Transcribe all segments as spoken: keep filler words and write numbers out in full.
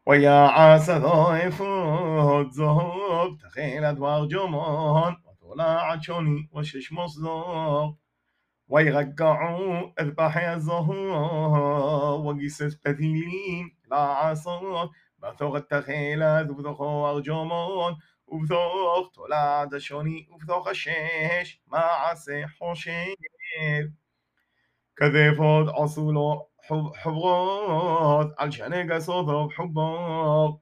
ויעש אפוד זהוב תכלת וארג'מון ותולעת שוני ושש מוסדות וירגעו אذبحי הזהוב וגיסס פתילים לעשות בתוך התכלת ובתוכו ארג'מון ובתוך תולעת השוני ובתוך השש מעשה חושב כדפות עשו לו חברות על שני גסותו חובו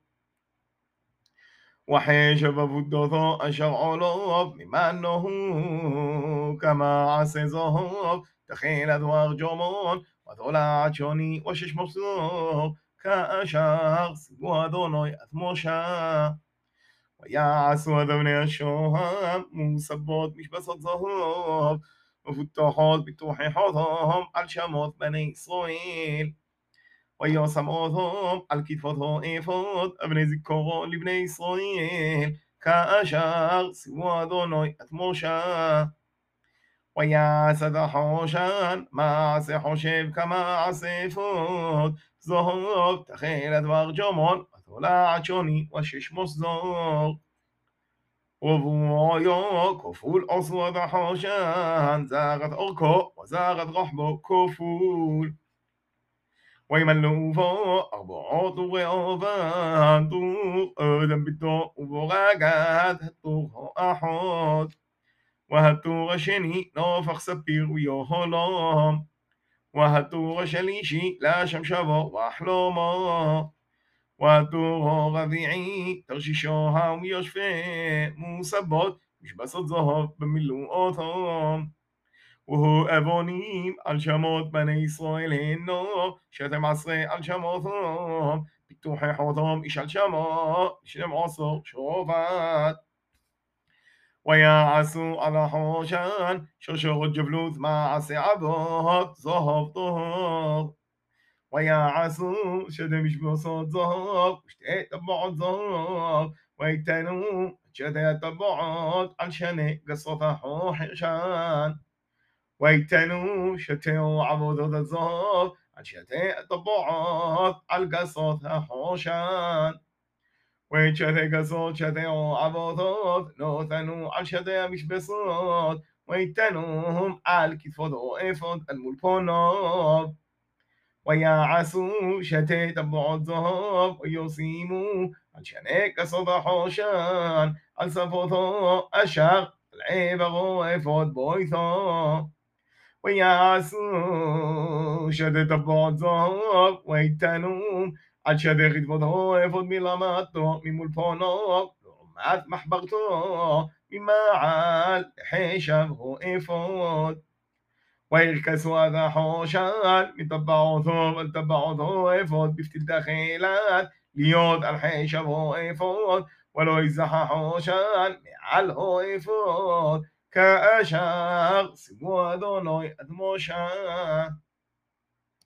وحيشب فدوثو أشر علوب ممنه كما عسى زهوب تخيل ذوار جمون وطلعت شوني وشش مصدوق كأشر سبوا ذوني أثموشا ويعسوا ذوني الشوهم مصبوت مش بس الزهوب وفتحوت بتوحي حوضهم على شموت بني إسرائيل וישמעותם על כתפותו אפוד אבני זכרו לבני ישראל כאשר ציוו אדוני את משה ויעש החושן מעשה חושב כמעשה אפוד זהוב תכלת וארג'מון ותולעת שוני ושש מוסדות ובועיו כפול עשו את החושן זרת אורכו וזרת רוחבו כפול וימלאו ארבעות ורעובן טור אדם ביתו ובורגת הטור האחות והטור השני נופח ספיר ויהלום והטור השלישי לשם שבו וחלומו והטור הרביעי תרשישו ויושפה מוסבות משבצות זהוב במילואותו והוא אבונים על שמות בני ישראל הנו שאתם עשרה על שמותם פיתוחי חותם איש על שמו שנים עשר שובעת ויעשו על החושן שרשרות ג'בלות מעשה אבות זהוב טהור ויעשו שתי משבצות זהוב ושתי טבעות זהוב ויתנו שתי הטבעות על שני גסות החושן ויתנו שתהו עבודות הזהוב על שתי הטבעות על גסות החושן ואת שתי גסות שתהו עבודות נותנו על שתי המשבצות ויתנו על כתפותו אפוד על מול פונו ויעשו שתי טבעות זהוב וישימו על שני גסות החושן על שפתו אשר על עברו אפוד בויתו ויעשו שתי טבעות זהוב ויתנו על שתי חטבותו אפוד מלמטו ממול פונו לעומת מחברתו ממעל לחשב הוא אפוד וירכסו עד החושן מטבעותו אל טבעותו אפוד בפתיל תכלת להיות על חשב הוא אפוד ולא יזח החושן מעל הוא אפוד כאשר ציוו אדוני את משה